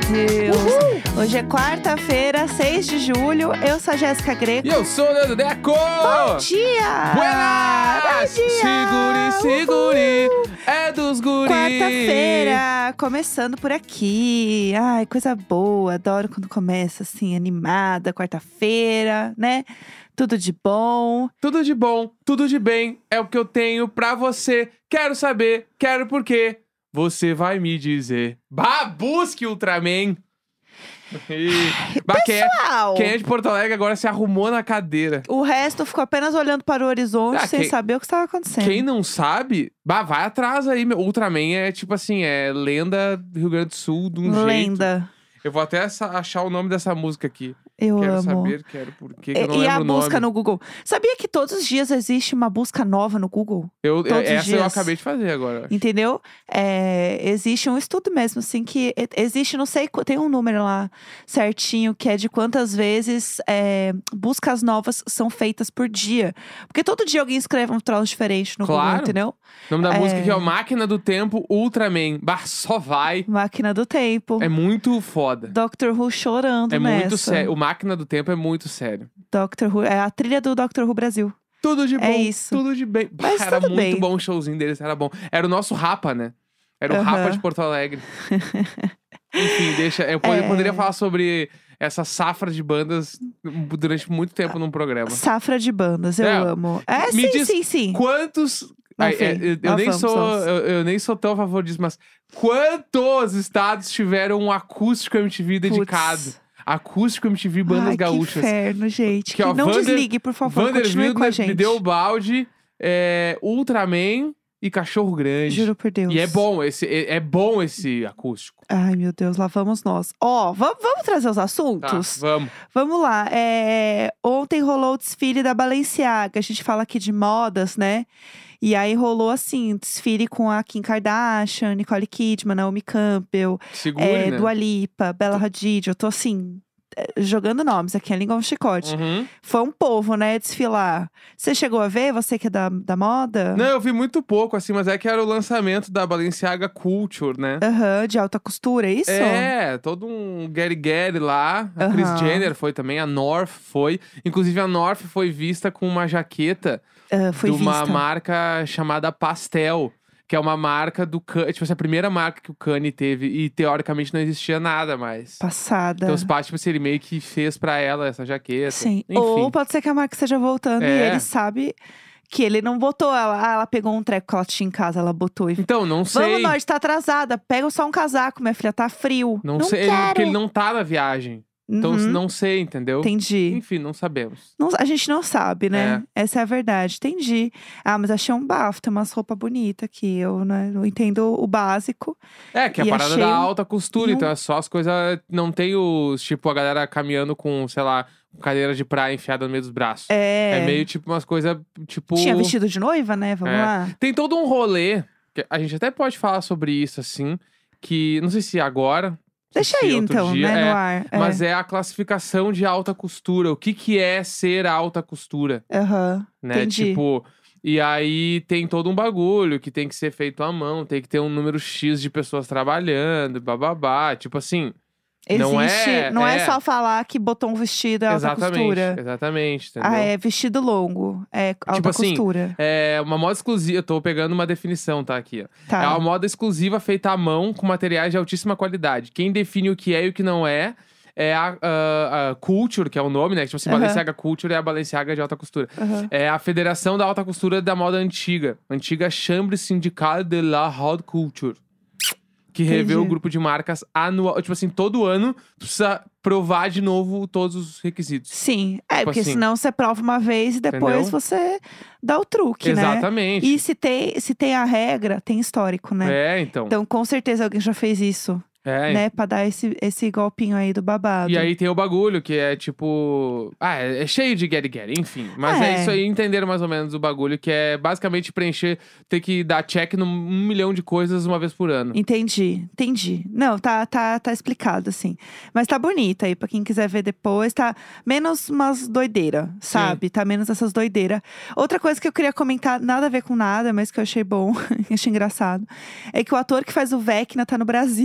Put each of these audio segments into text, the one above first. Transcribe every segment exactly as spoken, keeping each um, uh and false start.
Deus! Uhul! Hoje é quarta-feira, seis de julho. Eu sou a Jéssica Greco. E eu sou o Leandro Deco! Bom dia! Buenas! Bom dia! Segure, segure! Uhul! É dos guri! Quarta-feira, começando por aqui. Ai, coisa boa. Adoro quando começa assim, animada. Quarta-feira, né? Tudo de bom. Tudo de bom, tudo de bem. É o que eu tenho pra você. Quero saber, quero por quê. Você vai me dizer. Bah, busque Ultraman! E... Bah, quem é, Pessoal! quem é de Porto Alegre agora se arrumou na cadeira. O resto ficou apenas olhando para o horizonte, Ah, sem quem- saber o que estava acontecendo. Quem não sabe, bah, vai atrás aí. Meu. Ultraman é tipo assim, é lenda do Rio Grande do Sul de um jeito. Lenda. Eu vou até essa- achar o nome dessa música aqui. Eu quero amo. saber, quero por quê, que eu não E, e lembro a o nome. busca no Google. Sabia que todos os dias existe uma busca nova no Google? Eu, todos os essa eu dias. acabei de fazer agora. Entendeu? É, existe um estudo mesmo, assim, que e- existe, não sei, qu- tem um número lá certinho, que é de quantas vezes é, buscas novas são feitas por dia. Porque todo dia alguém escreve um troço diferente no Google, Claro. entendeu? O nome da É. música aqui é o Máquina do Tempo Ultraman. Bah, só vai. Máquina do Tempo. É muito foda. Doctor Who chorando É nessa. muito sério. O Máquina do Tempo é muito sério. Doctor Who, é a trilha do Doctor Who Brasil. Tudo de bom, É isso. tudo de bem. Bah, Mas era tudo muito bem. bom o showzinho deles, era bom. Era o nosso Rapa, né? Era o Aham. Rapa de Porto Alegre. Enfim, deixa. Eu pod- É. poderia falar sobre essa safra de bandas durante muito tempo num programa. Safra de bandas, eu É, amo. É, me sim, diz sim, sim. Quantos. Não, Ai, Fê, é, eu, eu lá nem vamos, sou, vamos. eu, eu nem sou tão a favor disso, mas quantos estados tiveram um acústico M T V dedicado? Putz. Acústico M T V Bandas Ai, Gaúchas. que inferno, gente. Que, Que ó, não Vander- desligue, por favor. Continue Vanderbilt com a me- gente. me deu o balde, é, Ultraman e Cachorro Grande. Juro por Deus. E é bom esse, é, é bom esse acústico. Ai, meu Deus, lá vamos nós. Ó, vamos, vamos trazer os Tá, assuntos? vamos. Vamos lá. É, ontem rolou o desfile da Balenciaga. A gente fala aqui de modas, né? E aí rolou assim, desfile com a Kim Kardashian, Nicole Kidman, Naomi Campbell, Segure, é, né? Dua Lipa, Bella Hadid. Eu tô assim, é, jogando nomes aqui, a língua é um chicote. Uhum. Foi um povo, né, desfilar. Você chegou a ver, você que é da, da moda? Não, eu vi muito pouco, assim, mas é que era o lançamento da Balenciaga Culture, né? Aham, de alta costura, é isso? É, todo um Gary Gary lá. A Kris Aham. Jenner foi também, a North foi. Inclusive, a North foi vista com uma jaqueta Ah, foi de uma vista. marca chamada Pastel. Que é uma marca do Kanye. Tipo, essa é a primeira marca que o Kanye teve. E teoricamente não existia nada mais. Passada. Então os pais, tipo assim, ele meio que fez pra ela essa jaqueta. Sim. Enfim. Ou pode ser que a marca esteja voltando e É. ele sabe que ele não botou ela. Ah, ela pegou um treco que ela tinha em casa, ela botou e. Então, não sei. Vamos, Norte, tá atrasada. Pega só um casaco, minha filha, tá frio. Não, não sei, ele- quero. porque ele não tá na viagem. Então, Uhum. não sei, entendeu? Entendi. Enfim, não sabemos. Não- a gente não sabe, né? Essa é a verdade. Entendi. Ah, mas achei um bafo. Tem umas roupas bonitas aqui. Eu, né, eu entendo o básico. É, que a E parada achei da um- alta costura, e um- então é só as coisas. Não tem os, tipo, a galera caminhando com, sei lá, cadeira de praia enfiada no meio dos braços. É. É meio tipo umas coisas, tipo. Tinha vestido de noiva, né? Vamos É. lá. Tem todo um rolê, que a gente até pode falar sobre isso, assim, que não sei se agora. não sei Deixa se aí, outro então, dia, né, é, no ar. É. Mas é a classificação de alta costura. O que que é ser alta costura, Aham. né? Entendi. Tipo, e aí tem todo um bagulho que tem que ser feito à mão, tem que ter um número X de pessoas trabalhando, bababá. Tipo assim, não Existe. é- não é é. só falar que botou um vestido é alta exatamente, costura. exatamente, entendeu? Ah, é vestido longo. É alta Tipo assim, costura. É uma moda exclusiva, eu tô pegando uma definição, tá, aqui, ó. Tá. É uma moda exclusiva feita à mão com materiais de altíssima qualidade. Quem define o que é e o que não é é a, a- a Culture, que é o nome, né? Tipo assim, Aham. Balenciaga Culture é a Balenciaga de alta costura. Aham. É a Federação da Alta Costura da Moda Antiga. Antiga Chambre Syndicale de la Haute Couture. Que revê Entendi. o grupo de marcas anual. Tipo assim, todo ano precisa provar de novo todos os requisitos. Sim. É, Tipo porque assim. senão você prova uma vez e depois Entendeu? você dá o truque, né? Exatamente. E se tem, se tem a regra, tem histórico, né? É, então. Então, com certeza alguém já fez isso, é, né? Pra dar esse, esse golpinho aí do babado. E aí tem o bagulho, que é tipo. Ah, é, é cheio de get get, enfim. Mas é. É. isso aí, entenderam mais ou menos o bagulho, que é basicamente preencher, ter que dar check num um milhão de coisas uma vez por ano. Entendi, entendi. Não, tá, tá, tá explicado, assim. Mas tá bonita aí, pra quem quiser ver depois. Tá menos umas doideiras, sabe? Tá menos essas doideiras. Outra coisa que eu queria comentar, nada a ver com nada, mas que eu achei bom, achei engraçado, é que o ator que faz o Vecna tá no Brasil. É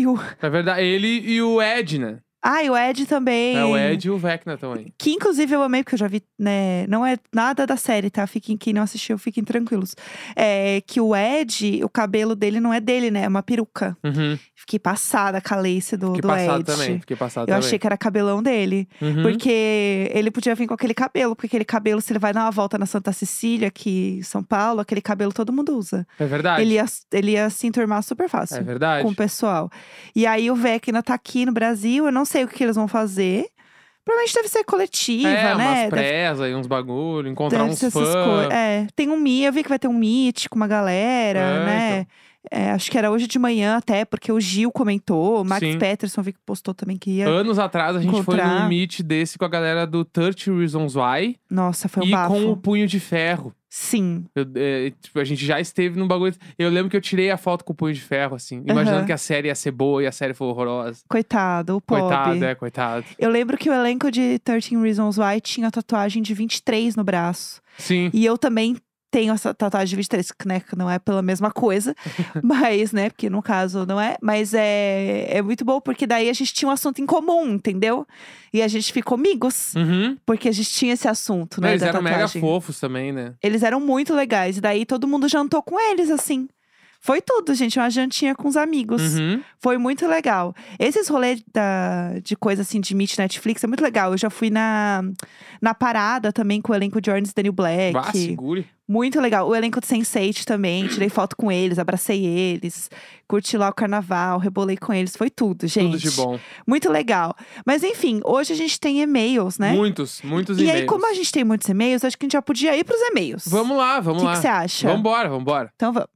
É verdade. Ele e o Ed, né? Ah, e o Ed também. É o Ed e o Vecna também. Que inclusive eu amei, porque eu já vi, né? Não é nada da série, tá? Fiquem, quem não assistiu, fiquem tranquilos. É que o Ed, o cabelo dele não é dele, né? É uma peruca. Uhum. Fiquei passada com a lace do, Fiquei do passado Ed. também. Fiquei passado Eu também. achei que era cabelão dele. Uhum. Porque ele podia vir com aquele cabelo. Porque aquele cabelo, se ele vai dar uma volta na Santa Cecília, aqui em São Paulo, aquele cabelo todo mundo usa. É verdade. Ele ia, ele ia se enturmar super fácil. É verdade. Com o pessoal. E aí o Vecna tá aqui no Brasil, eu não sei o que, que eles vão fazer. Provavelmente deve ser coletiva, é, né? umas Deve- presa e uns bagulho, encontrar Deve uns ser essas fãs. coisas. É, tem um Mi, eu vi que vai ter um Meet com uma galera, É, né? É, acho que era hoje de manhã até, porque o Gil comentou, o Max Sim. Peterson vi que postou também que ia. Anos atrás a gente foi encontrar. num meet desse com a galera do thirty Reasons Why Nossa, foi um e bafo. com o Punho de Ferro. Sim. Eu, é, tipo, a gente já esteve num bagulho. Eu lembro que eu tirei a foto com o Punho de Ferro, assim, imaginando Aham. que a série ia ser boa e a série foi horrorosa. Coitado, o Pob. Coitado, é, coitado. Eu lembro que o elenco de thirteen Reasons Why tinha tatuagem de vinte e três no braço. Sim. E eu também tenho essa tatuagem de vinte e três, que, né, que não é pela mesma coisa. mas, né, porque no caso não é. Mas é, é muito bom, porque daí a gente tinha um assunto em comum, entendeu? E a gente ficou amigos. Uhum. Porque a gente tinha esse assunto, né, Eles da eram mega tatuagem. fofos também, né? Eles eram muito legais. E daí todo mundo jantou com eles, assim. Foi tudo, gente. Uma jantinha com os amigos. Uhum. Foi muito legal. Esses rolês da, de coisa assim, de Meet Netflix, é muito legal. Eu já fui na, na parada também com o elenco de Orange is the New Black. Vá, segure. Muito legal. O elenco de sense eight também. Tirei foto com eles, abracei eles. Curti lá o carnaval, rebolei com eles. Foi tudo, gente. Tudo de bom. Muito legal. Mas enfim, hoje a gente tem e-mails, né? Muitos, muitos E e-mails. aí, como a gente tem muitos e-mails, acho que a gente já podia ir pros e-mails. Vamos lá, vamos O lá. que que você acha? Vambora, vambora. Então vamos.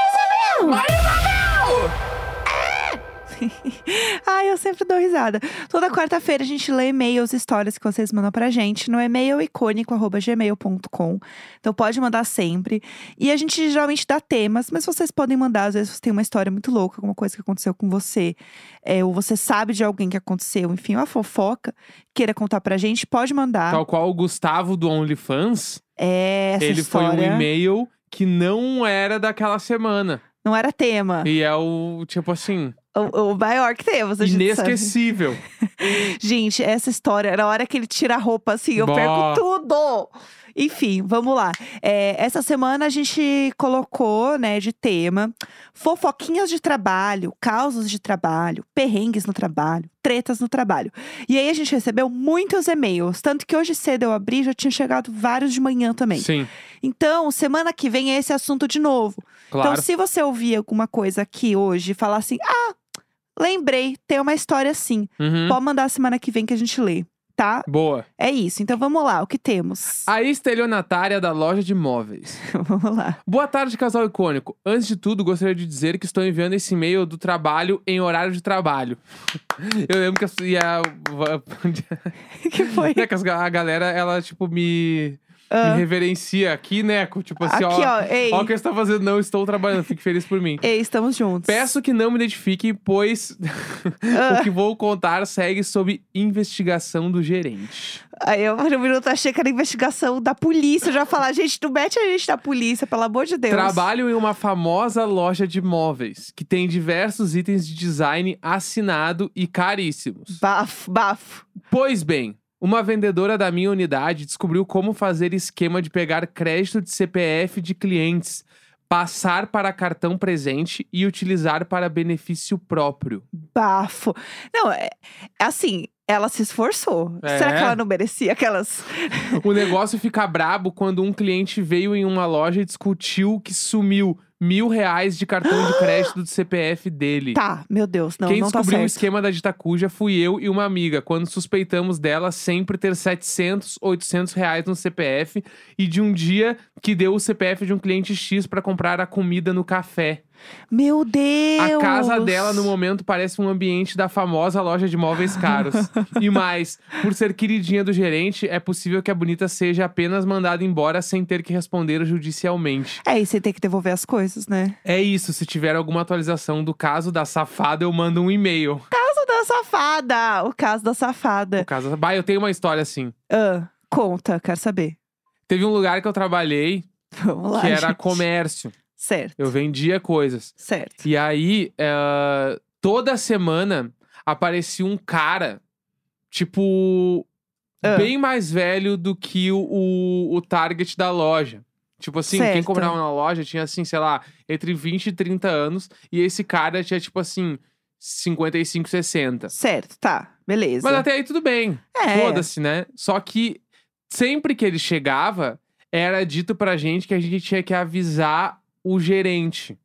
Ai, eu sempre dou risada. Toda quarta-feira a gente lê e-mails, histórias que vocês mandam pra gente no e-mail icônico arroba gmail ponto com. Então pode mandar sempre. E a gente geralmente dá temas, mas vocês podem mandar. Às vezes você tem uma história muito louca, alguma coisa que aconteceu com você. É, ou você sabe de alguém que aconteceu, enfim, uma fofoca, queira contar pra gente, pode mandar. Tal qual o Gustavo do OnlyFans, É, essa ele história foi um e-mail que não era daquela semana. não era tema. E é o, tipo assim, O, o maior que temos, a gente sabe. inesquecível. Gente, essa história, na hora que ele tira a roupa, assim, eu Bah. perco tudo. Enfim, vamos lá. É, essa semana a gente colocou, né, de tema fofoquinhas de trabalho, causos de trabalho, perrengues no trabalho, tretas no trabalho. E aí a gente recebeu muitos e-mails, tanto que hoje cedo eu abri, já tinha chegado vários de manhã também. Sim, Então, semana que vem é esse assunto de novo. claro. Então, se você ouvir alguma coisa aqui hoje e falar assim, ah, lembrei, tem uma história assim. Uhum. Pode mandar semana que vem que a gente lê, tá? Boa. É isso. Então vamos lá, o que temos? A estelionatária da loja de móveis. Vamos lá. Boa tarde, casal icônico. Antes de tudo, gostaria de dizer que estou enviando esse e-mail do trabalho em horário de trabalho. Eu lembro que a, e a, O que foi? né, que as- a galera, ela, tipo, me, Ah. me reverencia aqui, né? Tipo assim, Aqui, ó, ó, ei. ó o que você tá fazendo. Não estou trabalhando, fique feliz por mim. Ei, estamos juntos. Peço que não me identifiquem, pois Ah. o que vou contar segue sob investigação do gerente. Aí eu, por um minuto, achei que era investigação da polícia. Eu já ia falar, gente, não mete a gente da polícia, pelo amor de Deus. Trabalho em uma famosa loja de móveis, que tem diversos itens de design assinado e caríssimos. Bafo, bafo. Pois bem, uma vendedora da minha unidade descobriu como fazer esquema de pegar crédito de C P F de clientes, passar para cartão presente e utilizar para benefício próprio. Bafo. Não, é assim, ela se esforçou. É. Será que ela não merecia aquelas... O negócio fica brabo quando um cliente veio em uma loja e discutiu que sumiu mil reais de cartão de crédito do C P F dele. Tá, meu Deus, não, Quem não tá descobriu o certo. esquema da Ditacuja fui eu e uma amiga, quando suspeitamos dela sempre ter setecentos, oitocentos reais no C P F e de um dia que deu o C P F de um cliente X pra comprar a comida no café. Meu Deus! A casa dela, no momento, parece um ambiente da famosa loja de móveis caros. E mais, por ser queridinha do gerente, é possível que a bonita seja apenas mandada embora sem ter que responder judicialmente. É, e você tem que devolver as coisas, né? É isso, se tiver alguma atualização do caso da safada, eu mando um e-mail. Caso da safada! O caso da safada. O caso... Bah, eu tenho uma história assim. Ah, conta, quero saber. Teve um lugar que eu trabalhei Vamos lá, que era gente. comércio. Certo, Eu vendia coisas. certo. E aí, eh, toda semana aparecia um cara, tipo, Ah. bem mais velho do que o, o, o target da loja. Tipo assim, quem Certo. comprava na loja tinha, assim, sei lá, entre vinte e trinta anos. E esse cara tinha, tipo assim, cinquenta e cinco, sessenta. Certo, tá. Beleza. Mas até aí tudo bem. É. Foda-se, né? Só que sempre que ele chegava, era dito pra gente que a gente tinha que avisar o gerente.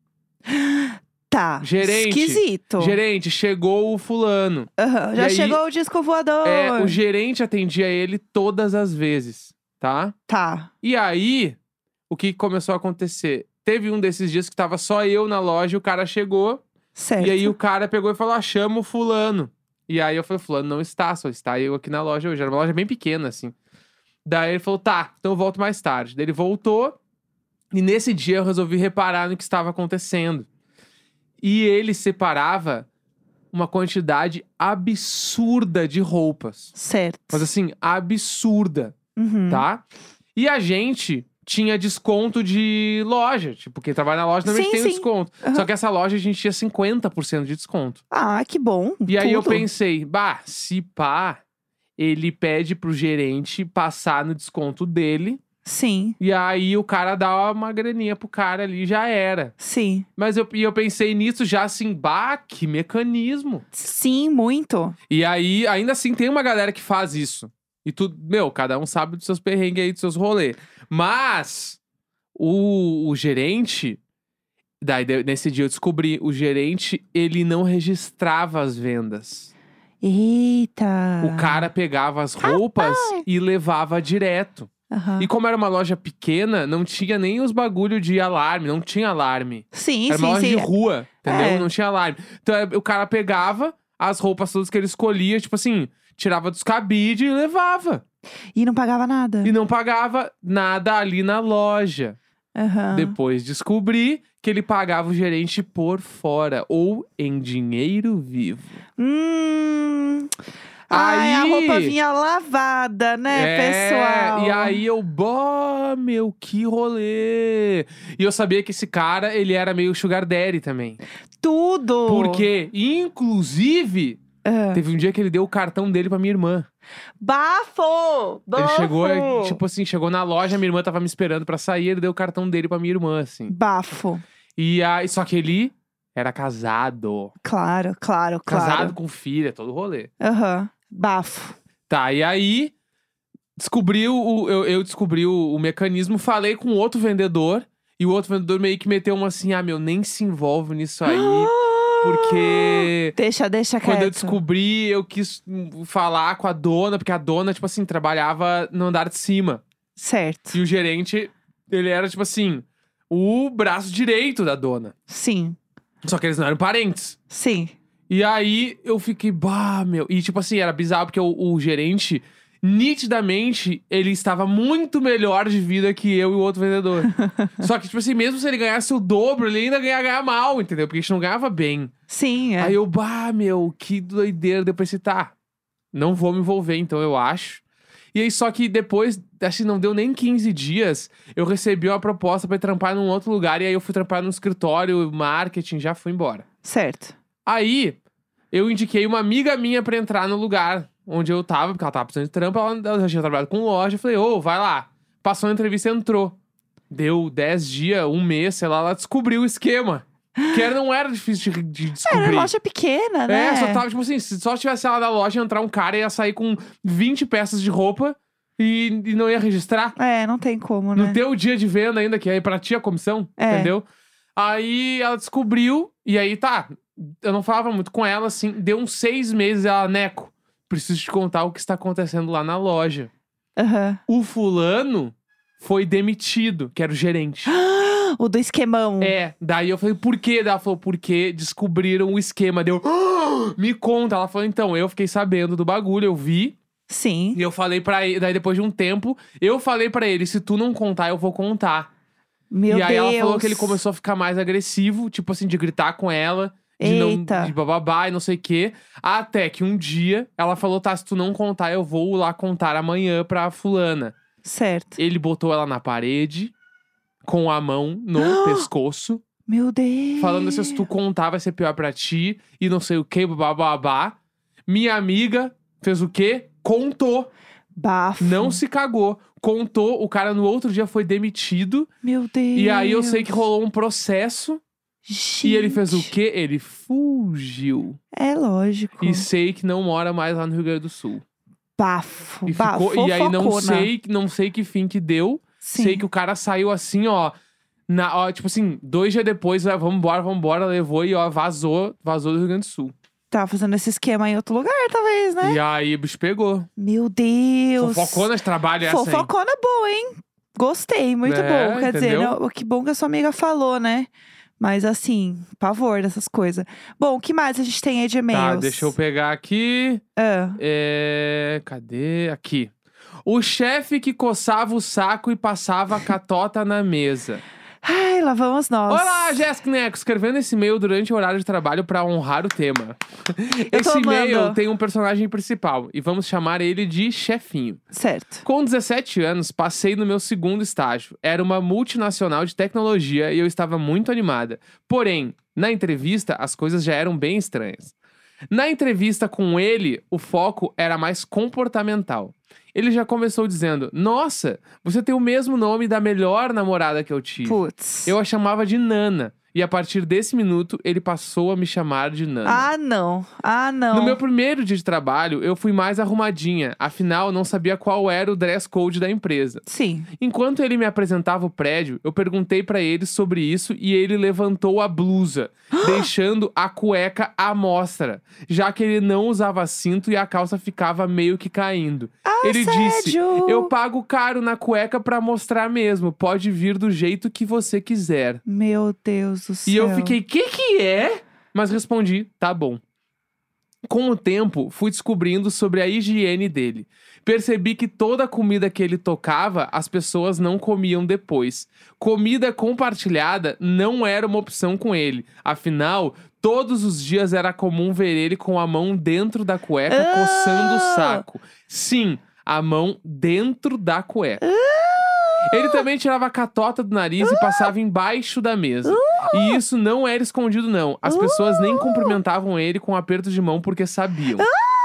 Tá. Gerente. Esquisito. Gerente, chegou o fulano. Aham, E já aí, chegou o disco voador. É, o gerente atendia ele todas as vezes, tá? Tá. E aí, o que começou a acontecer? Teve um desses dias que tava só eu na loja, e o cara chegou. Certo. E aí o cara pegou e falou, ah, chama o fulano. E aí eu falei, fulano não está, só está eu aqui na loja hoje. Era uma loja bem pequena, assim. Daí ele falou, tá, então eu volto mais tarde. Daí ele voltou, e nesse dia eu resolvi reparar no que estava acontecendo. E ele separava uma quantidade absurda de roupas. Certo. Mas assim, absurda, Uhum. tá? E a gente tinha desconto de loja. Tipo, quem trabalha na loja normalmente Sim, tem um sim. desconto. Aham. Só que essa loja a gente tinha cinquenta por cento de desconto. Ah, que bom. E aí eu Tudo. pensei, bah, se pá, ele pede pro gerente passar no desconto dele. Sim, E aí o cara dá uma graninha pro cara ali, já era. sim. Mas eu, e eu pensei nisso já assim, bah, que mecanismo. Sim, muito. E aí, ainda assim, tem uma galera que faz isso. E tu, meu, cada um sabe dos seus perrengues aí, dos seus rolês. Mas, o, o gerente, daí de- nesse dia eu descobri, o gerente, ele não registrava as vendas. Eita. O cara pegava as roupas e levava direto. Aham. E como era uma loja pequena, não tinha nem os bagulho de alarme, não tinha alarme. Sim, Era uma sim, loja sim. de rua, entendeu? É. Não tinha alarme. Então é, o cara pegava as roupas todas que ele escolhia, tipo assim, tirava dos cabides e levava. E não pagava nada. E não pagava nada ali na loja. Aham. Depois descobri que ele pagava o gerente por fora, ou em dinheiro vivo. Hum. Ai, a Aí- roupa vinha lavada, né, pessoal? E aí eu, bó, meu, que rolê. E eu sabia que esse cara, ele era meio sugar daddy também. Tudo. Porque, inclusive, Ah. teve um dia que ele deu o cartão dele pra minha irmã. Bafo! Ele Bafo! chegou, tipo assim, chegou na loja, minha irmã tava me esperando pra sair, ele deu o cartão dele pra minha irmã, assim. Bafo. E aí, só que ele era casado. Claro, claro, claro. Casado com filha, todo rolê. Aham. Bafo. Tá, e aí, descobri o, eu, eu descobri o, o mecanismo, falei com outro vendedor, e o outro vendedor meio que meteu uma assim, ah, meu, nem se envolve nisso aí, porque... Deixa, deixa quieto. Quando eu descobri, eu quis hum, falar com a dona, porque a dona, tipo assim, trabalhava no andar de cima. Certo. E o gerente, ele era, tipo assim, o braço direito da dona. Sim. Só que eles não eram parentes. Sim. E aí, eu fiquei, bah, meu... E, tipo assim, era bizarro, porque o, o gerente, nitidamente, ele estava muito melhor de vida que eu e o outro vendedor. Só que, tipo assim, mesmo se ele ganhasse o dobro, ele ainda ganhava ganhar mal, entendeu? Porque a gente não ganhava bem. Sim, é. Aí eu, bah, meu, que doideira. Depois pensei, tá, não vou me envolver, então eu acho. E aí, só que depois, acho que não deu nem quinze dias, eu recebi uma proposta pra ir trampar num outro lugar. E aí eu fui trampar num escritório, marketing, já fui embora. Certo. Aí, eu indiquei uma amiga minha pra entrar no lugar onde eu tava, porque ela tava precisando de trampo, ela, ela já tinha trabalhado com loja. Eu falei, ô, vai lá. Passou a entrevista e entrou. Deu dez dias, um mês, sei lá, ela descobriu o esquema. Que era, não era difícil de, de descobrir. Era loja pequena, né? É, só tava, tipo assim, se só tivesse lá na loja, entrar um cara, ia sair com vinte peças de roupa e, e não ia registrar. É, não tem como, né? No teu dia de venda ainda, que aí pra ti a comissão, É. entendeu? Aí ela descobriu, e aí tá, eu não falava muito com ela, assim, deu uns seis meses, ela, Neco, preciso te contar o que está acontecendo lá na loja. Aham. O fulano foi demitido, que era o gerente. O do esquemão. É, daí eu falei, por quê? Daí ela falou, porque descobriram o esquema. Deu, "Ah, me conta. Ela falou, então, eu fiquei sabendo do bagulho, eu vi. Sim. E eu falei pra ele, daí depois de um tempo, eu falei pra ele, se tu não contar, eu vou contar. Meu e aí Deus. ela falou que ele começou a ficar mais agressivo, tipo assim, de gritar com ela. De Eita. não, de bababá e não sei o quê. Até que um dia, ela falou, tá, se tu não contar, eu vou lá contar amanhã pra fulana. Certo. Ele botou ela na parede, com a mão no pescoço. Meu Deus. Falando assim, se tu contar vai ser pior pra ti. E não sei o que, babá. Minha amiga fez o quê? Contou. Bafo. Não se cagou. Contou, o cara no outro dia foi demitido. Meu Deus. E aí eu sei que rolou um processo. Gente. E ele fez o quê? Ele fugiu. É lógico. E sei que não mora mais lá no Rio Grande do Sul. Bafo. E, Bafo. ficou, e aí não Fofocona. sei, não sei que fim que deu. Sim. Sei que o cara saiu assim, ó. Na, ó tipo assim, dois dias depois, ó, vamos embora, vamos embora. Levou e ó, vazou, vazou do Rio Grande do Sul. Tava fazendo esse esquema em outro lugar, talvez, né? E aí o bicho pegou. Meu Deus. Fofocona de trabalho é essa, hein? Fofocona boa, hein? Gostei, muito É, bom. Quer dizer, entendeu? não, que bom que a sua amiga falou, né? Mas assim, pavor dessas coisas. Bom, o que mais a gente tem aí de e-mails? Tá, deixa eu pegar aqui. Ah, É... Cadê? Aqui. O chefe que coçava o saco e passava a catota na mesa. ai, lá vamos nós. Olá, Jéssica Neco, escrevendo esse e-mail durante o horário de trabalho pra honrar o tema. Eu tô Esse e-mail amando. tem um personagem principal e vamos chamar ele de chefinho. Certo. Com dezessete anos, passei no meu segundo estágio. Era uma multinacional de tecnologia e eu estava muito animada. Porém, na entrevista, as coisas já eram bem estranhas. Na entrevista com ele, o foco era mais comportamental. Ele já começou dizendo: Nossa, você tem o mesmo nome da melhor namorada que eu tive. Putz. Eu a chamava de Nana. E a partir desse minuto, ele passou a me chamar de Nana. Ah, não. Ah, não. No meu primeiro dia de trabalho, eu fui mais arrumadinha. Afinal, não sabia qual era o dress code da empresa. Sim. Enquanto ele me apresentava o prédio, eu perguntei pra ele sobre isso e ele levantou a blusa, deixando a cueca à mostra, já que ele não usava cinto e a calça ficava meio que caindo. Ah, Ele disse: Assédio. Eu pago caro na cueca pra mostrar mesmo. Pode vir do jeito que você quiser. Meu Deus do céu. E eu fiquei, que que é? Mas respondi, tá bom. Com o tempo, fui descobrindo sobre a higiene dele. Percebi que toda a comida que ele tocava, as pessoas não comiam depois. Comida compartilhada não era uma opção com ele. Afinal, todos os dias era comum ver ele com a mão dentro da cueca, Ah! coçando o saco. Sim, a mão dentro da cueca. Ele também tirava a catota do nariz e passava embaixo da mesa. E isso não era escondido, não. As pessoas nem cumprimentavam ele com um aperto de mão porque sabiam.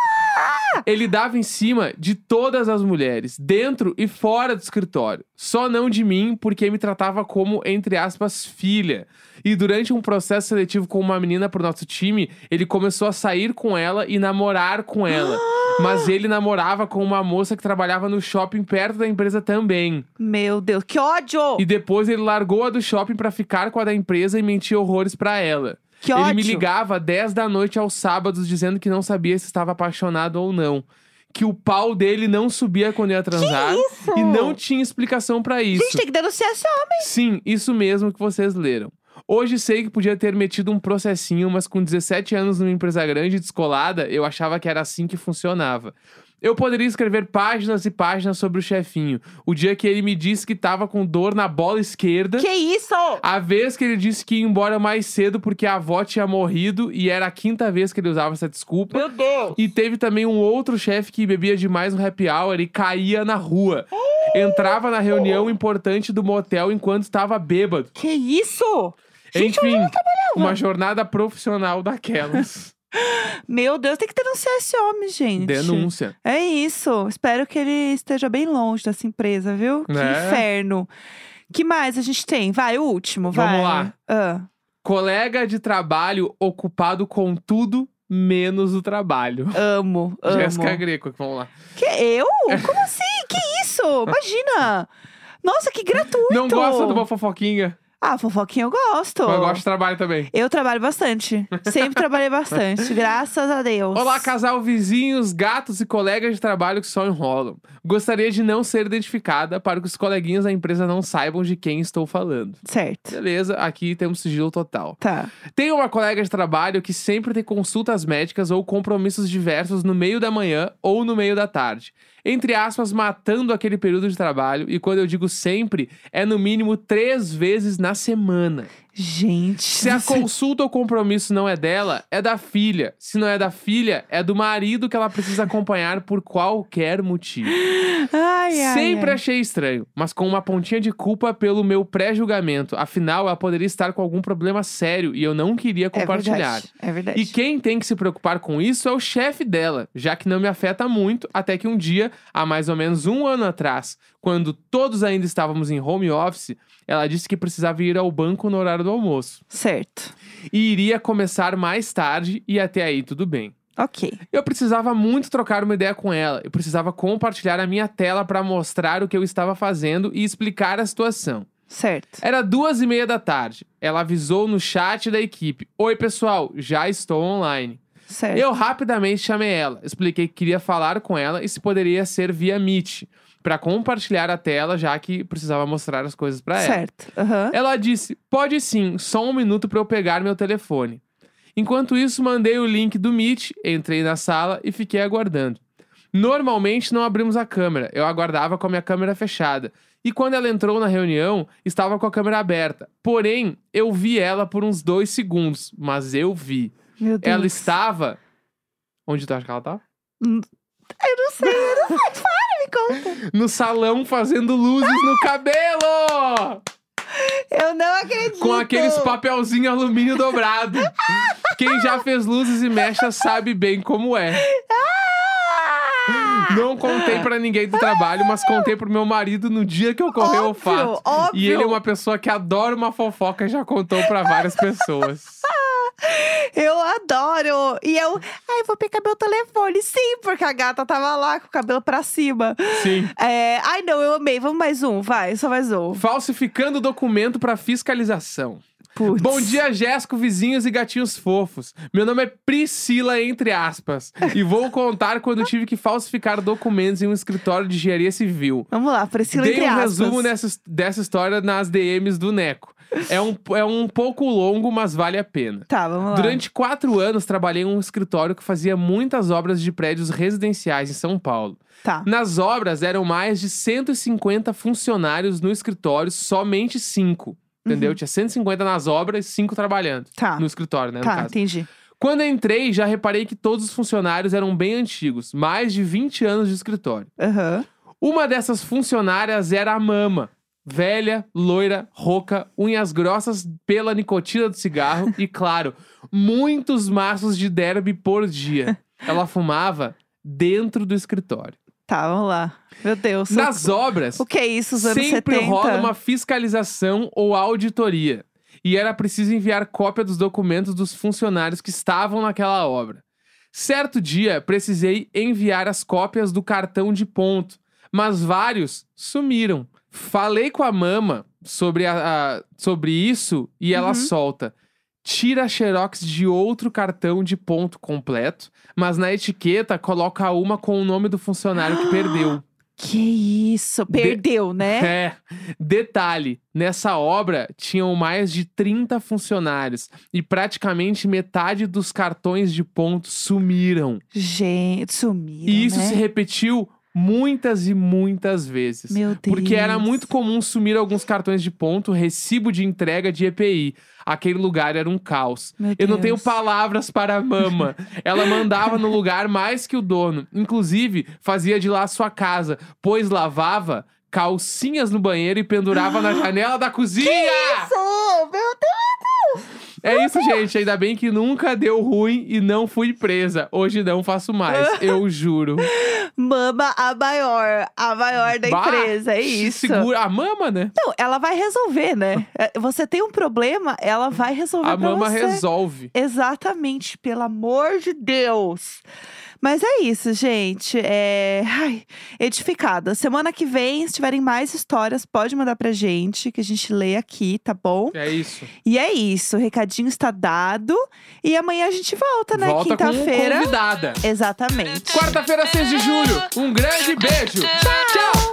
Ele dava em cima de todas as mulheres, dentro e fora do escritório. Só não de mim, porque me tratava como, entre aspas, filha. E durante um processo seletivo com uma menina pro nosso time, ele começou a sair com ela e namorar com ela. Mas ele namorava com uma moça que trabalhava no shopping perto da empresa também. Meu Deus, que ódio! E depois ele largou a do shopping pra ficar com a da empresa e mentia horrores pra ela. Que Ele ódio! me ligava dez da noite aos sábados dizendo que não sabia se estava apaixonado ou não. Que o pau dele não subia quando ia transar. isso? E não tinha explicação pra isso. Gente, tem que denunciar esse homem. Sim, isso mesmo que vocês leram. Hoje sei que podia ter metido um processinho, mas com dezessete anos numa empresa grande e descolada, eu achava que era assim que funcionava. Eu poderia escrever páginas e páginas sobre o chefinho. O dia que ele me disse que tava com dor na bola esquerda. Que isso? A vez que ele disse que ia embora mais cedo porque a avó tinha morrido e era a quinta vez que ele usava essa desculpa. Meu Deus! E teve também um outro chefe que bebia demais no happy hour e caía na rua. Entrava na reunião importante do motel enquanto estava bêbado. Que isso? Gente, onde Enfim, ela trabalhava? uma jornada profissional daquelas. Meu Deus, tem que denunciar esse homem, gente. Denúncia. É isso. Espero que ele esteja bem longe dessa empresa, viu? Que É. inferno. Que mais a gente tem? Vai, o último, vai. Vamos lá. Ah. Colega de trabalho ocupado com tudo menos o trabalho. Amo, amo. Jéssica Greco, vamos lá. Que eu? Como assim? Que isso? Imagina! Nossa, que gratuito! Não gosta de uma fofoquinha? Ah, fofoquinha eu gosto. Mas eu gosto de trabalho também. Eu trabalho bastante. Sempre trabalhei bastante. Graças a Deus. Olá, casal, vizinhos, gatos e colegas de trabalho que só enrolam. Gostaria de não ser identificada para que os coleguinhas da empresa não saibam de quem estou falando. Certo. Beleza, aqui temos sigilo total. Tá. Tenho uma colega de trabalho que sempre tem consultas médicas ou compromissos diversos no meio da manhã ou no meio da tarde. Entre aspas, matando aquele período de trabalho. E quando eu digo sempre, é no mínimo três vezes na semana. Gente. Se a você- consulta ou compromisso não é dela, é da filha. Se não é da filha, é do marido que ela precisa acompanhar por qualquer motivo. Ai, ai, Sempre ai. achei estranho, mas com uma pontinha de culpa pelo meu pré-julgamento. Afinal, ela poderia estar com algum problema sério e eu não queria É compartilhar. verdade, é verdade. E quem tem que se preocupar com isso é o chefe dela, já que não me afeta muito, até que um dia, há mais ou menos um ano atrás, quando todos ainda estávamos em home office, ela disse que precisava ir ao banco no horário do almoço. Certo. E iria começar mais tarde e até aí tudo bem. Ok. Eu precisava muito trocar uma ideia com ela. Eu precisava compartilhar a minha tela para mostrar o que eu estava fazendo e explicar a situação. Certo. Era duas e meia da tarde. Ela avisou no chat da equipe: Oi, pessoal, já estou online. Certo. Eu rapidamente chamei ela, expliquei que queria falar com ela e se poderia ser via Meet, para compartilhar a tela, já que precisava mostrar as coisas para ela. Certo. Aham. Ela disse: Pode sim, só um minuto para eu pegar meu telefone. Enquanto isso, mandei o link do Meet, entrei na sala e fiquei aguardando. Normalmente não abrimos a câmera, eu aguardava com a minha câmera fechada. E quando ela entrou na reunião, estava com a câmera aberta. Porém, eu vi ela por uns dois segundos, mas eu vi. Meu Deus. Ela estava... Onde tu acha que ela estava? Eu não sei, eu não sei. Para, me conta. No salão fazendo luzes no cabelo! Eu não acredito. Com aqueles papelzinho alumínio dobrado. Quem já fez luzes e mechas sabe bem como é. Ah! Não contei pra ninguém do trabalho, mas contei pro meu marido no dia que ocorreu o Óbvio, fato. óbvio. E ele é uma pessoa que adora uma fofoca e já contou pra várias pessoas. Eu adoro. E eu, ai, vou pegar meu telefone. Sim, porque a gata tava lá com o cabelo pra cima. Sim. É, ai, não, eu amei. Vamos mais um, vai, só mais um. Falsificando documento pra fiscalização. Putz. Bom dia, Jéssico, vizinhos e gatinhos fofos. Meu nome é Priscila, entre aspas. E vou contar quando tive que falsificar documentos em um escritório de engenharia civil. Vamos lá, Priscila, Dei entre um aspas. resumo dessa, dessa história nas D Ms do Neco. É um, é um pouco longo, mas vale a pena. Tá, vamos lá. Durante quatro anos, trabalhei em um escritório que fazia muitas obras de prédios residenciais em São Paulo. Tá. Nas obras, eram mais de cento e cinquenta funcionários no escritório, somente cinco. Entendeu? Uhum. Tinha cento e cinquenta nas obras e cinco trabalhando. Tá. No escritório, né? No Tá, caso. entendi. Quando eu entrei, já reparei que todos os funcionários eram bem antigos. Mais de vinte anos de escritório. Aham. Uma dessas funcionárias era a Mama. Velha, loira, rouca, unhas grossas pela nicotina do cigarro e, claro, muitos maços de derby por dia. Ela fumava dentro do escritório. Tá, vamos lá. Meu Deus. Nas obras, O que é isso, os anos sempre setenta? rola uma fiscalização ou auditoria. E era preciso enviar cópia dos documentos dos funcionários que estavam naquela obra. Certo dia, precisei enviar as cópias do cartão de ponto, mas vários sumiram. Falei com a Mama sobre, a, a- sobre isso e ela Uhum. solta. Tira a xerox de outro cartão de ponto completo, mas na etiqueta coloca uma com o nome do funcionário que perdeu. Que isso? Perdeu, né? É. Detalhe, nessa obra tinham mais de trinta funcionários e praticamente metade dos cartões de ponto sumiram. Gente, sumiram, E isso né? se repetiu muitas e muitas vezes. Meu Deus. Porque era muito comum sumir alguns cartões de ponto, recibo de entrega de E P I. Aquele lugar era um caos. Meu Eu não tenho Deus. palavras para a Mama. Ela mandava no lugar mais que o dono. Inclusive, fazia de lá sua casa, pois lavava calcinhas no banheiro e pendurava na janela da cozinha! Isso! Meu Deus! É isso, gente. Ainda bem que nunca deu ruim e não fui presa. Hoje não faço mais, eu juro. Mama a maior, a maior da Bah, empresa, é se isso. Segura a Mama, né? Não, ela vai resolver, né? É, Você tem um problema, ela vai resolver A pra Mama você. resolve. Exatamente, pelo amor de Deus. Mas é isso, gente. É... Ai, edificada. Semana que vem, se tiverem mais histórias, pode mandar pra gente, que a gente lê aqui, tá bom? É isso. E é isso, o recadinho está dado. E amanhã a gente volta, né? Volta com Quinta-feira. convidada. Exatamente. Quarta-feira, seis de julho. Um grande beijo. Tchau!